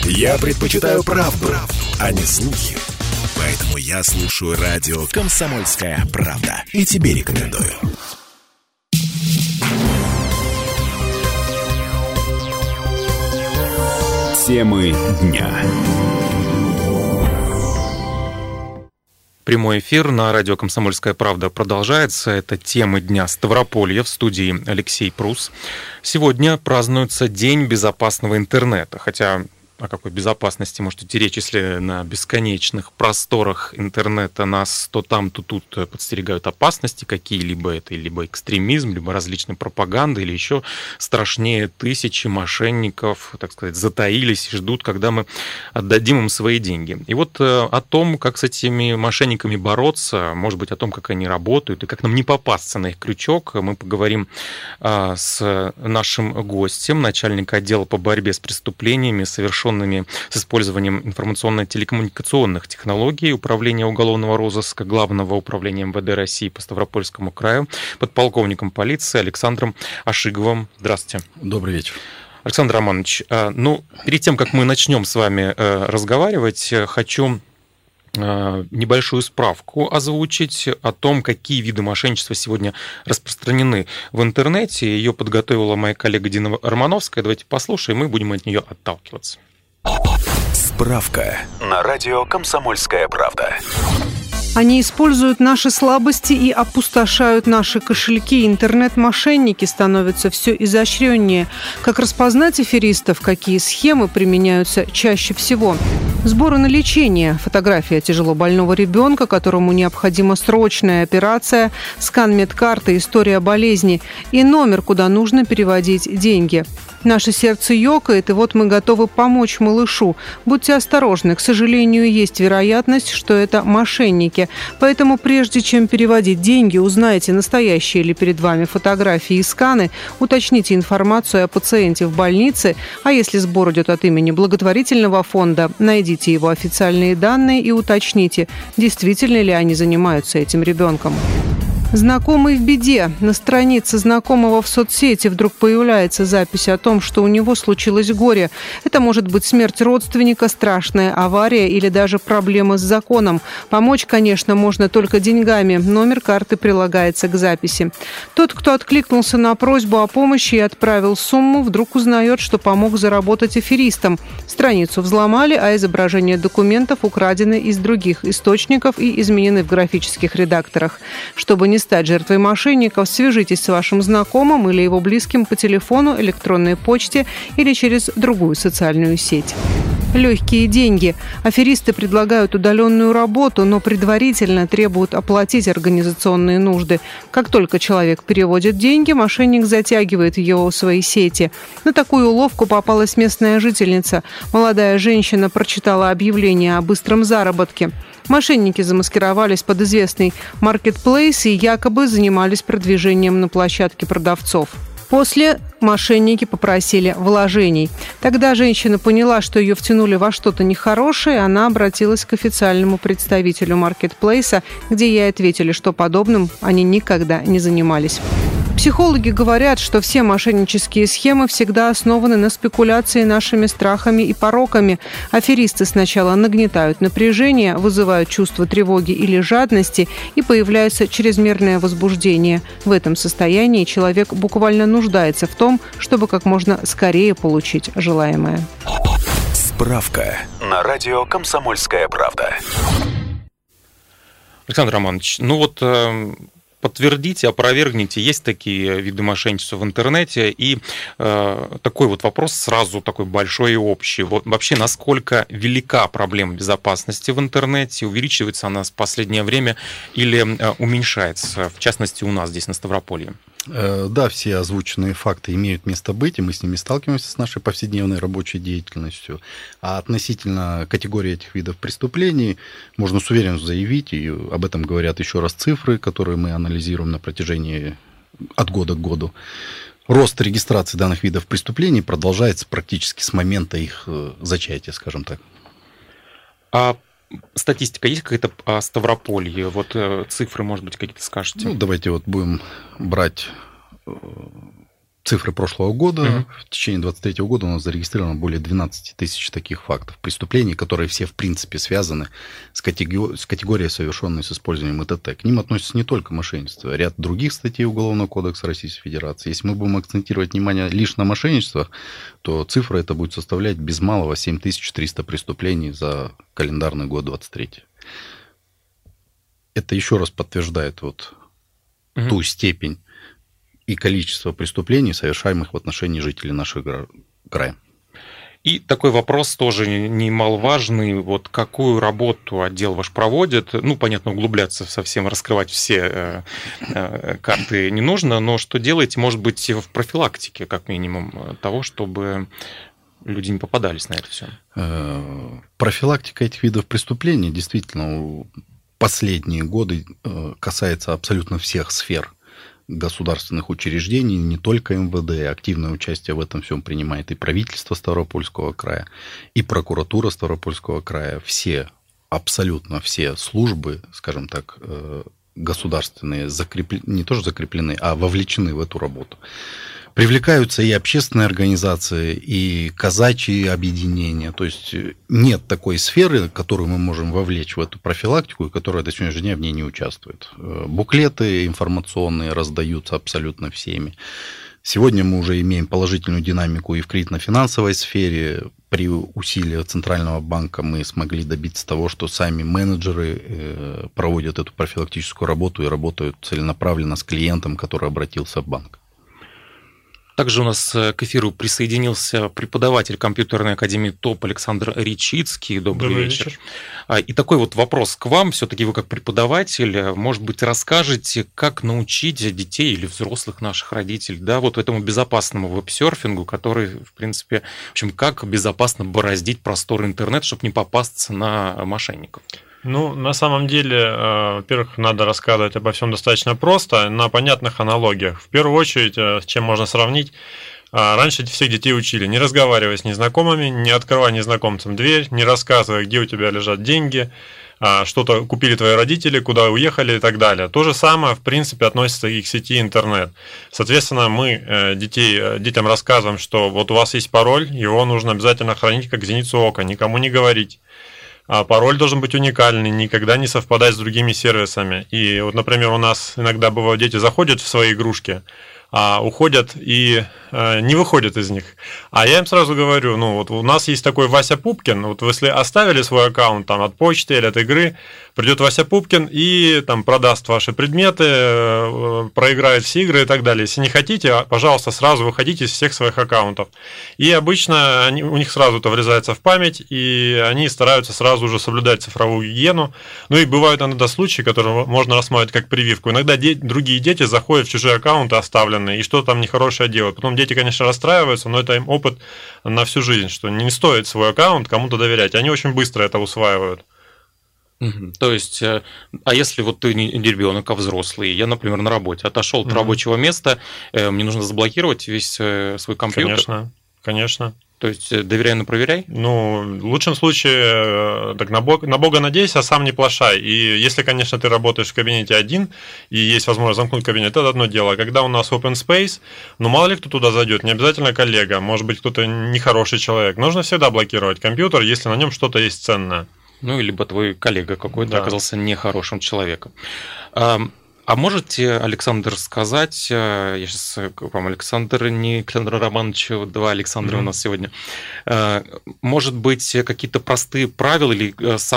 Я предпочитаю правду, а не слухи. Поэтому я слушаю радио «Комсомольская правда». И тебе рекомендую. Темы дня. Прямой эфир на радио «Комсомольская правда» продолжается. Это темы дня Ставрополья. В студии Алексей Прус. Сегодня празднуется День безопасного интернета. Хотя о какой безопасности может идти речь, если на бесконечных просторах интернета нас то там, то тут подстерегают опасности какие-либо, это либо экстремизм, либо различная пропаганда, или еще страшнее, тысячи мошенников, так сказать, затаились и ждут, когда мы отдадим им свои деньги. И вот о том, как с этими мошенниками бороться, может быть, о том, как они работают и как нам не попасться на их крючок, мы поговорим с нашим гостем, начальника отдела по борьбе с преступлениями, совершенными с использованием информационно-телекоммуникационных технологий Управления уголовного розыска Главного управления МВД России по Ставропольскому краю, подполковником полиции Александром Ашиговым. Здравствуйте. Добрый вечер. Александр Романович, перед тем, как мы начнем с вами разговаривать, хочу небольшую справку озвучить о том, какие виды мошенничества сегодня распространены в интернете. Ее подготовила моя коллега Дина Романовская. Давайте послушаем, и будем от нее отталкиваться. Справка на радио «Комсомольская правда». Они используют наши слабости и опустошают наши кошельки. Интернет-мошенники становятся все изощреннее. Как распознать аферистов, какие схемы применяются чаще всего? Сборы на лечение, фотография тяжело больного ребенка, которому необходима срочная операция, скан медкарты, история болезни и номер, куда нужно переводить деньги. Наше сердце ёкает, и вот мы готовы помочь малышу. Будьте осторожны, к сожалению, есть вероятность, что это мошенники. Поэтому прежде чем переводить деньги, узнайте, настоящие ли перед вами фотографии и сканы, уточните информацию о пациенте в больнице, а если сбор идет от имени благотворительного фонда, найдите его официальные данные и уточните, действительно ли они занимаются этим ребенком. Знакомый в беде. На странице знакомого в соцсети вдруг появляется запись о том, что у него случилось горе. Это может быть смерть родственника, страшная авария или даже проблемы с законом. Помочь, конечно, можно только деньгами. Номер карты прилагается к записи. Тот, кто откликнулся на просьбу о помощи и отправил сумму, вдруг узнает, что помог заработать аферистам. Страницу взломали, а изображения документов украдены из других источников и изменены в графических редакторах. Чтобы не стать жертвой мошенников, свяжитесь с вашим знакомым или его близким по телефону, электронной почте или через другую социальную сеть. Легкие деньги. Аферисты предлагают удаленную работу, но предварительно требуют оплатить организационные нужды. Как только человек переводит деньги, мошенник затягивает его в свои сети. На такую уловку попалась местная жительница. Молодая женщина прочитала объявление о быстром заработке. Мошенники замаскировались под известный маркетплейс и якобы занимались продвижением на площадке продавцов. После мошенники попросили вложений. Тогда женщина поняла, что ее втянули во что-то нехорошее, она обратилась к официальному представителю маркетплейса, где ей ответили, что подобным они никогда не занимались. Психологи говорят, что все мошеннические схемы всегда основаны на спекуляции нашими страхами и пороками. Аферисты сначала нагнетают напряжение, вызывают чувство тревоги или жадности, и появляется чрезмерное возбуждение. В этом состоянии человек буквально нуждается в том, чтобы как можно скорее получить желаемое. Справка на радио «Комсомольская правда». Александр Романович, подтвердите, опровергните, есть такие виды мошенничества в интернете. И такой вот вопрос сразу такой большой и общий. Вот вообще, насколько велика проблема безопасности в интернете? Увеличивается она в последнее время или уменьшается, в частности, у нас здесь на Ставрополье? Да, все озвученные факты имеют место быть, и мы с ними сталкиваемся с нашей повседневной рабочей деятельностью. А относительно категории этих видов преступлений можно с уверенностью заявить, и об этом говорят еще раз цифры, которые мы анализируем на протяжении от года к году. Рост регистрации данных видов преступлений продолжается практически с момента их зачатия, скажем так. А статистика есть какая-то о Ставрополье? Вот цифры, может быть, какие-то скажете? Давайте будем брать цифры прошлого года. В течение 2023 года у нас зарегистрировано более 12 тысяч таких фактов преступлений, которые все, в принципе, связаны с категорией, совершенной с использованием ИТТ. К ним относятся не только мошенничество, а ряд других статей Уголовного кодекса Российской Федерации. Если мы будем акцентировать внимание лишь на мошенничествах, то цифра эта будет составлять без малого 7300 преступлений за календарный год 2023. Это еще раз подтверждает ту степень и количество преступлений, совершаемых в отношении жителей нашего края. И такой вопрос тоже немаловажный. Какую работу отдел ваш проводит? Понятно, углубляться совсем, раскрывать все карты не нужно, но что делаете, может быть, в профилактике, как минимум, того, чтобы люди не попадались на это все? Профилактика этих видов преступлений действительно последние годы касается абсолютно всех сфер государственных учреждений, не только МВД. Активное участие в этом всем принимает и правительство Ставропольского края, и прокуратура Ставропольского края. Абсолютно все службы, скажем так, государственные, не тоже закреплены, а вовлечены в эту работу. Привлекаются и общественные организации, и казачьи объединения. То есть нет такой сферы, которую мы можем вовлечь в эту профилактику, и которая до сегодняшнего дня в ней не участвует. Буклеты информационные раздаются абсолютно всеми. Сегодня мы уже имеем положительную динамику и в кредитно-финансовой сфере. При усилии Центрального банка мы смогли добиться того, что сами менеджеры проводят эту профилактическую работу и работают целенаправленно с клиентом, который обратился в банк. Также у нас к эфиру присоединился преподаватель компьютерной академии ТОП Александр Ричицкий. Добрый вечер. И такой вопрос к вам. Все-таки вы как преподаватель, может быть, расскажете, как научить детей или взрослых наших родителей, этому безопасному веб-серфингу, который, в принципе, как безопасно бороздить простор интернета, чтобы не попасться на мошенников? На самом деле, во-первых, надо рассказывать обо всем достаточно просто, на понятных аналогиях. В первую очередь, с чем можно сравнить, раньше всех детей учили: не разговаривай с незнакомыми, не открывай незнакомцам дверь, не рассказывай, где у тебя лежат деньги, что-то купили твои родители, куда уехали и так далее. То же самое, в принципе, относится и к сети интернет. Соответственно, мы детям рассказываем, что у вас есть пароль, его нужно обязательно хранить как зеницу ока, никому не говорить. Пароль должен быть уникальный, никогда не совпадать с другими сервисами. И например, у нас иногда бывают, дети заходят в свои игрушки, уходят и не выходят из них. А я им сразу говорю, у нас есть такой Вася Пупкин, вы если оставили свой аккаунт от почты или от игры, придет Вася Пупкин и продаст ваши предметы, проиграет все игры и так далее. Если не хотите, пожалуйста, сразу выходите из всех своих аккаунтов. И обычно у них сразу это врезается в память, и они стараются сразу же соблюдать цифровую гигиену. И бывают иногда случаи, которые можно рассматривать как прививку. Иногда другие дети заходят в чужие аккаунты оставленные, и что-то там нехорошее делают. Потом дети, конечно, расстраиваются, но это им опыт на всю жизнь, что не стоит свой аккаунт кому-то доверять. Они очень быстро это усваивают. То есть, а если ты не ребенок, а взрослый, я, например, на работе отошел от рабочего места, мне нужно заблокировать весь свой компьютер? Конечно. То есть доверяй, но проверяй? В лучшем случае так на Бога надейся, а сам не плашай. И если, конечно, ты работаешь в кабинете один, и есть возможность замкнуть кабинет, это одно дело. Когда у нас open space, мало ли кто туда зайдет, не обязательно коллега, может быть, кто-то нехороший человек. Нужно всегда блокировать компьютер, если на нем что-то есть ценное. Либо твой коллега какой-то оказался нехорошим человеком. А можете, Александр, сказать, я сейчас к вам, Александр, не Александр Романович, два Александра у нас сегодня, может быть, какие-то простые правила или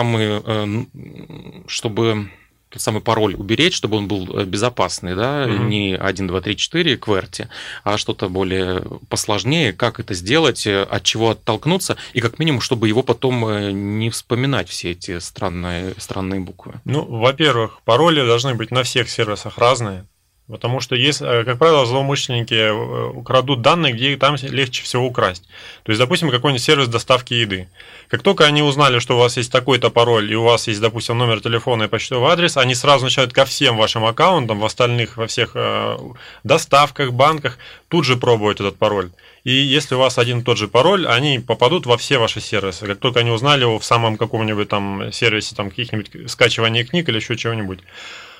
чтобы тот самый пароль уберечь, чтобы он был безопасный, не 1, 2, 3, 4 QWERTY, а что-то более посложнее, как это сделать, от чего оттолкнуться, и как минимум, чтобы его потом не вспоминать, все эти странные буквы. Во-первых, пароли должны быть на всех сервисах разные, потому что, как правило, злоумышленники украдут данные, где там легче всего украсть. То есть, допустим, какой-нибудь сервис доставки еды. Как только они узнали, что у вас есть такой-то пароль, и у вас есть, допустим, номер телефона и почтовый адрес, они сразу начинают ко всем вашим аккаунтам, во всех доставках, банках, тут же пробовать этот пароль. И если у вас один и тот же пароль, они попадут во все ваши сервисы. Как только они узнали его в самом каком-нибудь сервисе, каких-нибудь скачивания книг или еще чего-нибудь.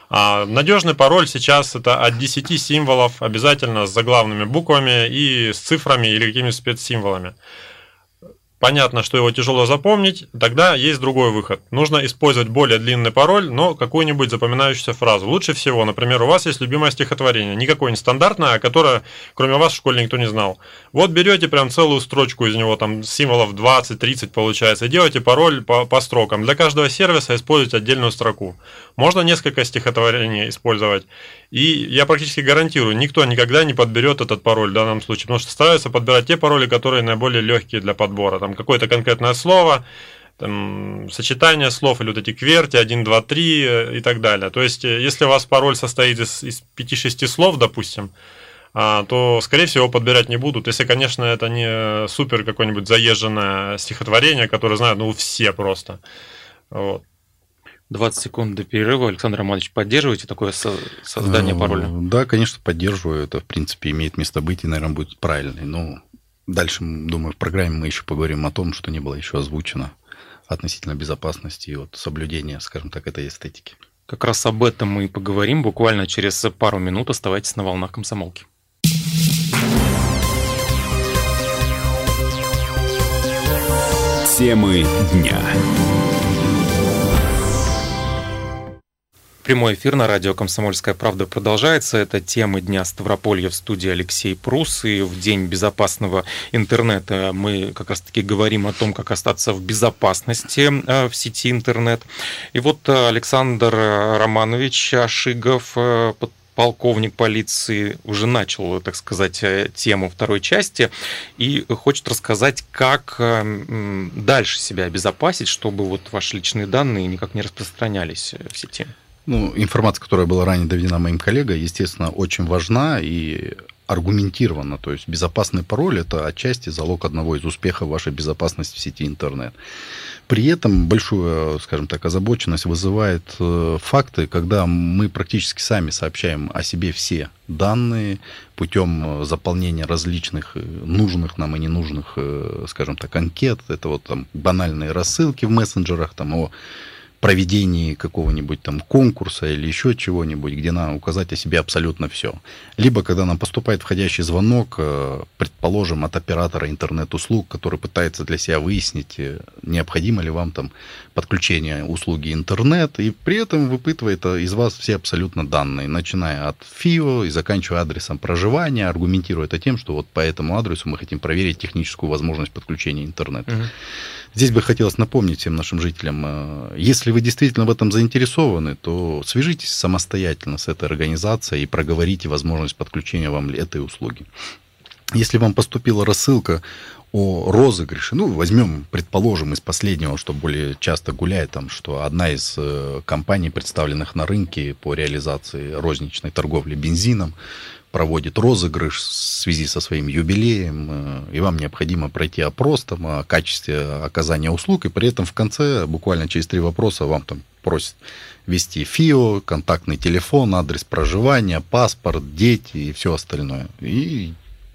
Надежный пароль сейчас это от 10 символов, обязательно с заглавными буквами и с цифрами или какими-то спецсимволами. Понятно, что его тяжело запомнить, тогда есть другой выход. Нужно использовать более длинный пароль, но какую-нибудь запоминающуюся фразу. Лучше всего, например, у вас есть любимое стихотворение, не какое-нибудь стандартное, а которое, кроме вас, в школе никто не знал. Вот берете прям целую строчку из него, там символов 20-30 получается, и делаете пароль по строкам. Для каждого сервиса используйте отдельную строку. Можно несколько стихотворений использовать. И я практически гарантирую, никто никогда не подберет этот пароль в данном случае, потому что стараются подбирать те пароли, которые наиболее легкие для подбора. Там какое-то конкретное слово, там, сочетание слов, или вот эти кверти, 1, 2, 3 и так далее. То есть, если у вас пароль состоит из 5-6 слов, допустим, то, скорее всего, подбирать не будут. Если, конечно, это не супер какое-нибудь заезженное стихотворение, которое знают, все просто. Вот. 20 секунд до перерыва. Александр Романович, поддерживаете такое создание пароля? Да, конечно, поддерживаю. Это, в принципе, имеет место быть и, наверное, будет правильный. Но дальше, думаю, в программе мы еще поговорим о том, что не было еще озвучено относительно безопасности и вот соблюдения, скажем так, этой эстетики. Как раз об этом мы и поговорим буквально через пару минут. Оставайтесь на волнах комсомолки. Темы дня. Прямой эфир на радио «Комсомольская правда» продолжается. Это темы дня Ставрополья, в студии Алексей Прус. И в День безопасного интернета мы как раз-таки говорим о том, как остаться в безопасности в сети интернет. И вот Александр Романович Ашигов, полковник полиции, уже начал, так сказать, тему второй части и хочет рассказать, как дальше себя обезопасить, чтобы вот ваши личные данные никак не распространялись в сети. Информация, которая была ранее доведена моим коллегой, естественно, очень важна и аргументирована. То есть безопасный пароль – это отчасти залог одного из успехов вашей безопасности в сети интернет. При этом большую, скажем так, озабоченность вызывает факты, когда мы практически сами сообщаем о себе все данные путем заполнения различных нужных нам и ненужных, скажем так, анкет. Это вот там банальные рассылки в мессенджерах, там о проведении какого-нибудь там конкурса или еще чего-нибудь, где надо указать о себе абсолютно все. Либо когда нам поступает входящий звонок, предположим, от оператора интернет-услуг, который пытается для себя выяснить, необходимо ли вам там подключение услуги интернет, и при этом выпытывает из вас все абсолютно данные, начиная от ФИО и заканчивая адресом проживания, аргументируя это тем, что вот по этому адресу мы хотим проверить техническую возможность подключения интернета. Здесь бы хотелось напомнить всем нашим жителям, если вы действительно в этом заинтересованы, то свяжитесь самостоятельно с этой организацией и проговорите возможность подключения вам этой услуги. Если вам поступила рассылка о розыгрыше, возьмем, предположим, из последнего, что более часто гуляет, там, что одна из компаний, представленных на рынке по реализации розничной торговли бензином, проводит розыгрыш в связи со своим юбилеем, и вам необходимо пройти опрос там, о качестве оказания услуг, и при этом в конце, буквально через 3 вопроса, вам там просят ввести ФИО, контактный телефон, адрес проживания, паспорт, дети и все остальное. И,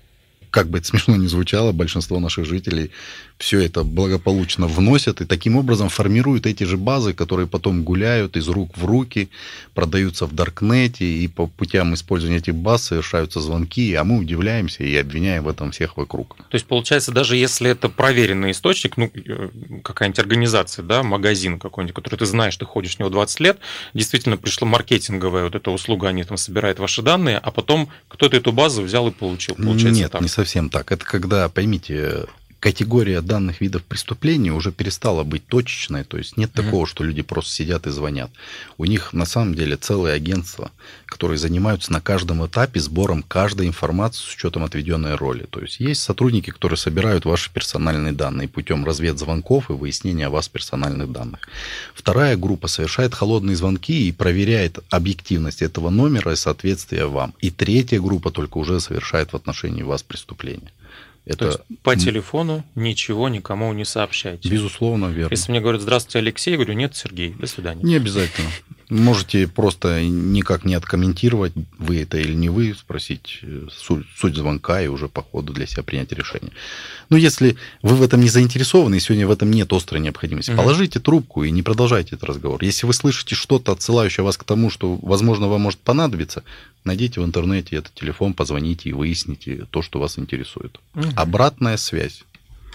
как бы это смешно ни звучало, большинство наших жителей все это благополучно вносят и таким образом формируют эти же базы, которые потом гуляют из рук в руки, продаются в даркнете, и по путям использования этих баз совершаются звонки, а мы удивляемся и обвиняем в этом всех вокруг. То есть, получается, даже если это проверенный источник, какая-нибудь организация, да, магазин какой-нибудь, который ты знаешь, ты ходишь в него 20 лет, действительно пришла маркетинговая вот эта услуга, они там собирают ваши данные, а потом кто-то эту базу взял и получил. Получается, нет, так? Не совсем так. Это когда, поймите, категория данных видов преступлений уже перестала быть точечной, то есть нет такого, что люди просто сидят и звонят. У них на самом деле целые агентства, которые занимаются на каждом этапе сбором каждой информации с учетом отведенной роли. То есть есть сотрудники, которые собирают ваши персональные данные путем разведзвонков и выяснения о вас персональных данных. Вторая группа совершает холодные звонки и проверяет объективность этого номера и соответствие вам. И третья группа только уже совершает в отношении вас преступление. То есть по телефону ничего никому не сообщайте. Безусловно, верно. Если мне говорят: здравствуйте, Алексей, я говорю: нет, Сергей, до свидания. Не обязательно. Можете просто никак не откомментировать, вы это или не вы, спросить суть звонка и уже по ходу для себя принять решение. Но если вы в этом не заинтересованы, и сегодня в этом нет острой необходимости, положите трубку и не продолжайте этот разговор. Если вы слышите что-то, отсылающее вас к тому, что, возможно, вам может понадобиться, найдите в интернете этот телефон, позвоните и выясните то, что вас интересует. Обратная связь.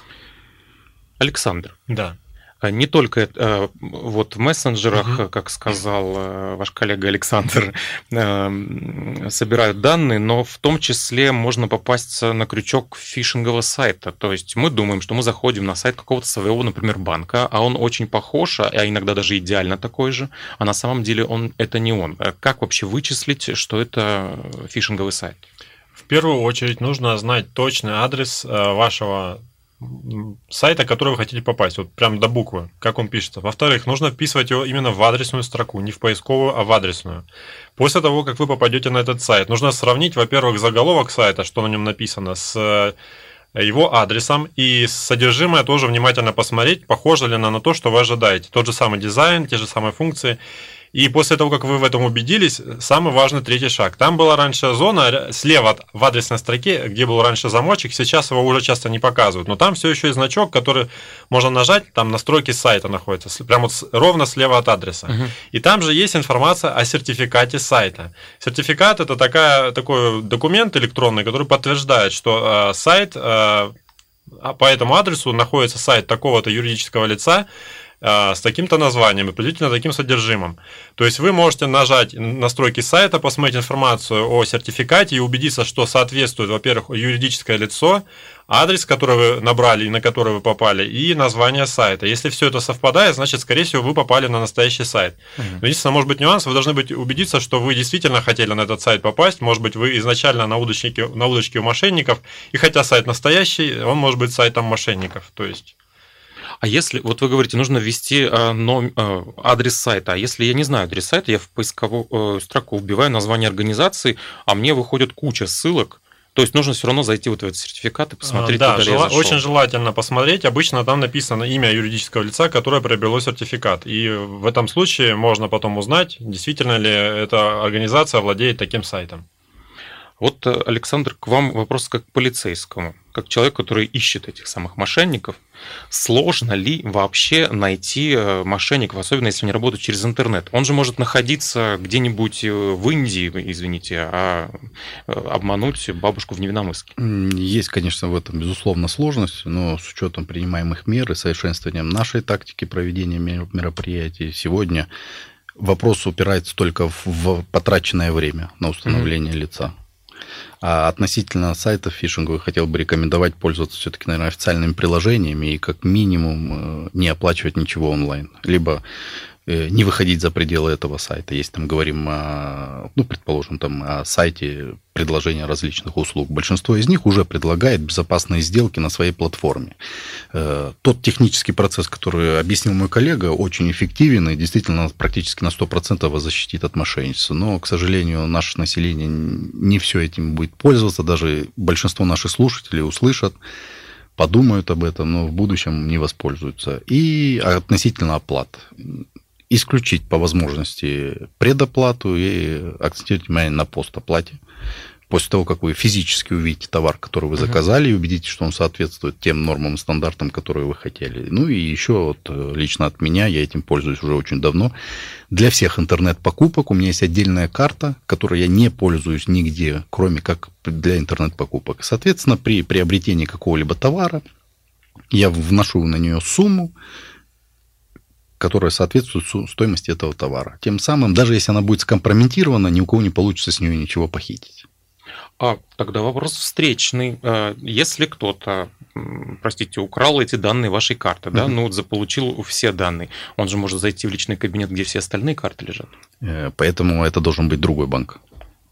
Александр. Да. Не только вот в мессенджерах, как сказал ваш коллега Александр, собирают данные, но в том числе можно попасть на крючок фишингового сайта. То есть мы думаем, что мы заходим на сайт какого-то своего, например, банка, а он очень похож, а иногда даже идеально такой же, а на самом деле это не он. Как вообще вычислить, что это фишинговый сайт? В первую очередь нужно знать точный адрес вашего сайта, который вы хотите попасть, вот прям до буквы, как он пишется. Во-вторых, нужно вписывать его именно в адресную строку, не в поисковую, а в адресную. После того, как вы попадете на этот сайт, нужно сравнить, во-первых, заголовок сайта, что на нем написано, с его адресом, и содержимое тоже внимательно посмотреть, похоже ли оно на то, что вы ожидаете. Тот же самый дизайн, те же самые функции. И после того, как вы в этом убедились, самый важный третий шаг. Там была раньше зона слева в адресной строке, где был раньше замочек, сейчас его уже часто не показывают. Но там все еще есть значок, который можно нажать, там настройки сайта находятся, прямо вот ровно слева от адреса. И там же есть информация о сертификате сайта. Сертификат – это такой документ электронный, который подтверждает, что сайт, по этому адресу находится сайт такого-то юридического лица, с таким-то названием и приблизительно таким содержимым. То есть вы можете нажать настройки сайта, посмотреть информацию о сертификате и убедиться, что соответствует, во-первых, юридическое лицо, адрес, который вы набрали и на который вы попали, и название сайта. Если все это совпадает, значит, скорее всего, вы попали на настоящий сайт. Но единственное, может быть, нюанс, вы должны убедиться, что вы действительно хотели на этот сайт попасть. Может быть, вы изначально на удочке у мошенников, и хотя сайт настоящий, он может быть сайтом мошенников. То есть... А если, вот вы говорите, нужно ввести адрес сайта, а если я не знаю адрес сайта, я в поисковую строку вбиваю название организации, а мне выходит куча ссылок, то есть нужно все равно зайти вот в этот сертификат и посмотреть, да, куда я зашел. Очень желательно посмотреть, обычно там написано имя юридического лица, которое приобрело сертификат, и в этом случае можно потом узнать, действительно ли эта организация владеет таким сайтом. Вот, Александр, к вам вопрос как к полицейскому, как человек, который ищет этих самых мошенников. Сложно ли вообще найти мошенников, особенно если они работают через интернет? Он же может находиться где-нибудь в Индии, извините, а обмануть бабушку в Невиномысске. Есть, конечно, в этом, безусловно, сложность, но с учетом принимаемых мер и совершенствованием нашей тактики проведения мероприятий сегодня вопрос упирается только в потраченное время на установление лица. А относительно сайтов фишинговых хотел бы рекомендовать пользоваться все-таки, наверное, официальными приложениями и как минимум не оплачивать ничего онлайн. Либо не выходить за пределы этого сайта. Если там говорим о, предположим, там о сайте предложения различных услуг, большинство из них уже предлагает безопасные сделки на своей платформе. Тот технический процесс, который объяснил мой коллега, очень эффективен и действительно практически на 100% вас защитит от мошенничества. Но, к сожалению, наше население не все этим будет пользоваться. Даже большинство наших слушателей услышат, подумают об этом, но в будущем не воспользуются. И относительно оплат. Исключить по возможности предоплату и акцентировать внимание на постоплате. После того, как вы физически увидите товар, который вы заказали, и убедитесь, что он соответствует тем нормам и стандартам, которые вы хотели. Ну и еще лично от меня, я этим пользуюсь уже очень давно, для всех интернет-покупок у меня есть отдельная карта, которой я не пользуюсь нигде, кроме как для интернет-покупок. Соответственно, при приобретении какого-либо товара я вношу на нее сумму, которая соответствует стоимости этого товара. Тем самым, даже если она будет скомпрометирована, ни у кого не получится с нее ничего похитить. Тогда вопрос встречный. Если кто-то, украл эти данные вашей карты, да, заполучил все данные, он же может зайти в личный кабинет, где все остальные карты лежат. Поэтому это должен быть другой банк.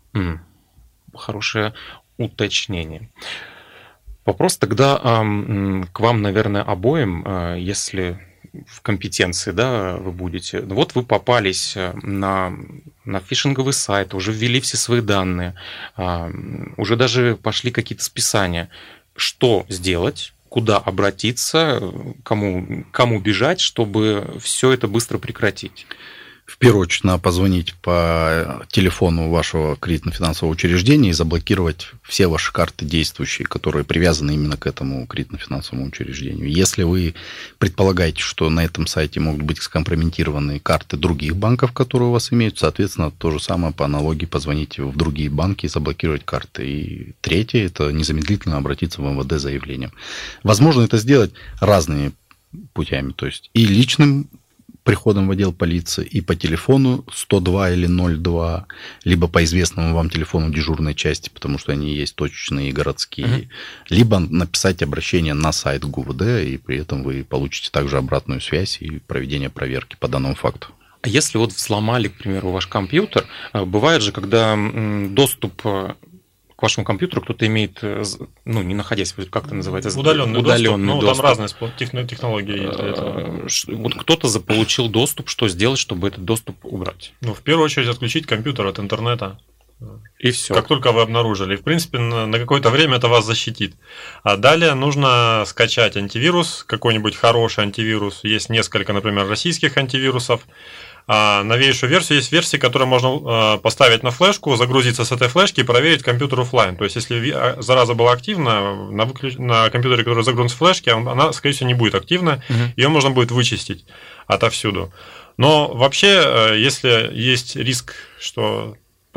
Хорошее уточнение. Вопрос тогда к вам, наверное, обоим, если в компетенции, да, вы будете. Вот вы попались на фишинговый сайт, уже ввели все свои данные, уже даже пошли какие-то списания. Что сделать? Куда обратиться? Кому бежать, чтобы все это быстро прекратить? В первую очередь, надо позвонить по телефону вашего кредитно-финансового учреждения и заблокировать все ваши карты действующие, которые привязаны именно к этому кредитно-финансовому учреждению. Если вы предполагаете, что на этом сайте могут быть скомпрометированы карты других банков, которые у вас имеют, соответственно, то же самое по аналогии позвоните в другие банки и заблокировать карты. И третье – это незамедлительно обратиться в МВД с заявлением. Возможно это сделать разными путями, то есть и личным приходом в отдел полиции, и по телефону 102 или 02, либо по известному вам телефону дежурной части, потому что они есть точечные и городские, либо написать обращение на сайт ГУВД, и при этом вы получите также обратную связь и проведение проверки по данному факту. А если вот взломали, к примеру, ваш компьютер, бывает же, когда доступ к вашему компьютеру кто-то имеет, ну, не находясь, как это называется? Удаленный доступ. Ну, доступ. Там разные технологии есть для этого. Вот кто-то заполучил доступ, что сделать, чтобы этот доступ убрать? Ну, в первую очередь, отключить компьютер от интернета. И все. Как только вы обнаружили. И, в принципе, на какое-то время это вас защитит. А далее нужно скачать антивирус, какой-нибудь хороший антивирус. Есть несколько, например, российских антивирусов. А новейшую версию есть версии, которые можно поставить на флешку, загрузиться с этой флешки и проверить компьютер офлайн. То есть, если зараза была активна, на компьютере, который загружен с флешки, она, скорее всего, не будет активна, ее можно будет вычистить отовсюду. Но вообще, если есть риск, что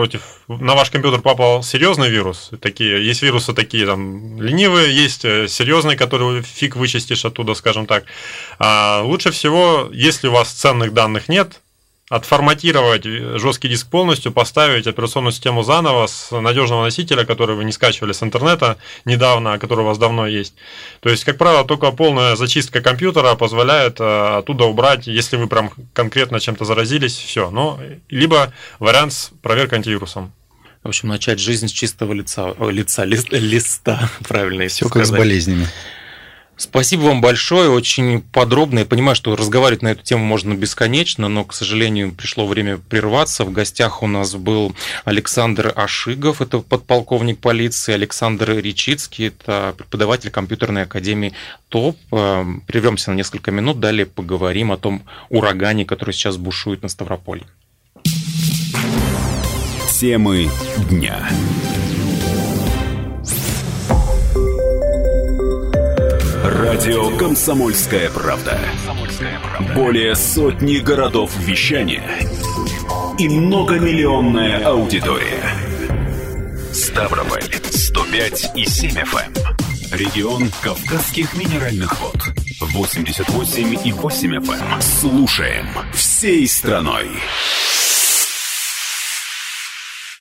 на ваш компьютер попал серьезный вирус, есть вирусы такие там ленивые, есть серьезные, которые фиг вычистишь оттуда, скажем так. Лучше всего, если у вас ценных данных нет, отформатировать жесткий диск полностью, поставить операционную систему заново с надежного носителя, который вы не скачивали с интернета недавно, а который у вас давно есть. То есть, как правило, только полная зачистка компьютера позволяет оттуда убрать, если вы прям конкретно чем-то заразились, все. Ну, либо вариант с проверкой антивирусом. В общем, начать жизнь с чистого листа, правильно, все как с болезнями. Спасибо вам большое, очень подробно. Я понимаю, что разговаривать на эту тему можно бесконечно, но, к сожалению, пришло время прерваться. В гостях у нас был Александр Ашигов, это подполковник полиции, Александр Ричицкий, это преподаватель компьютерной академии ТОП. Прервемся на несколько минут, далее поговорим о том урагане, который сейчас бушует на Ставрополье. Темы дня. Радио «Комсомольская правда». Более сотни городов вещания и многомиллионная аудитория. Ставрополь 105,7 FM. Регион Кавказских минеральных вод 88,8 FM. Слушаем всей страной.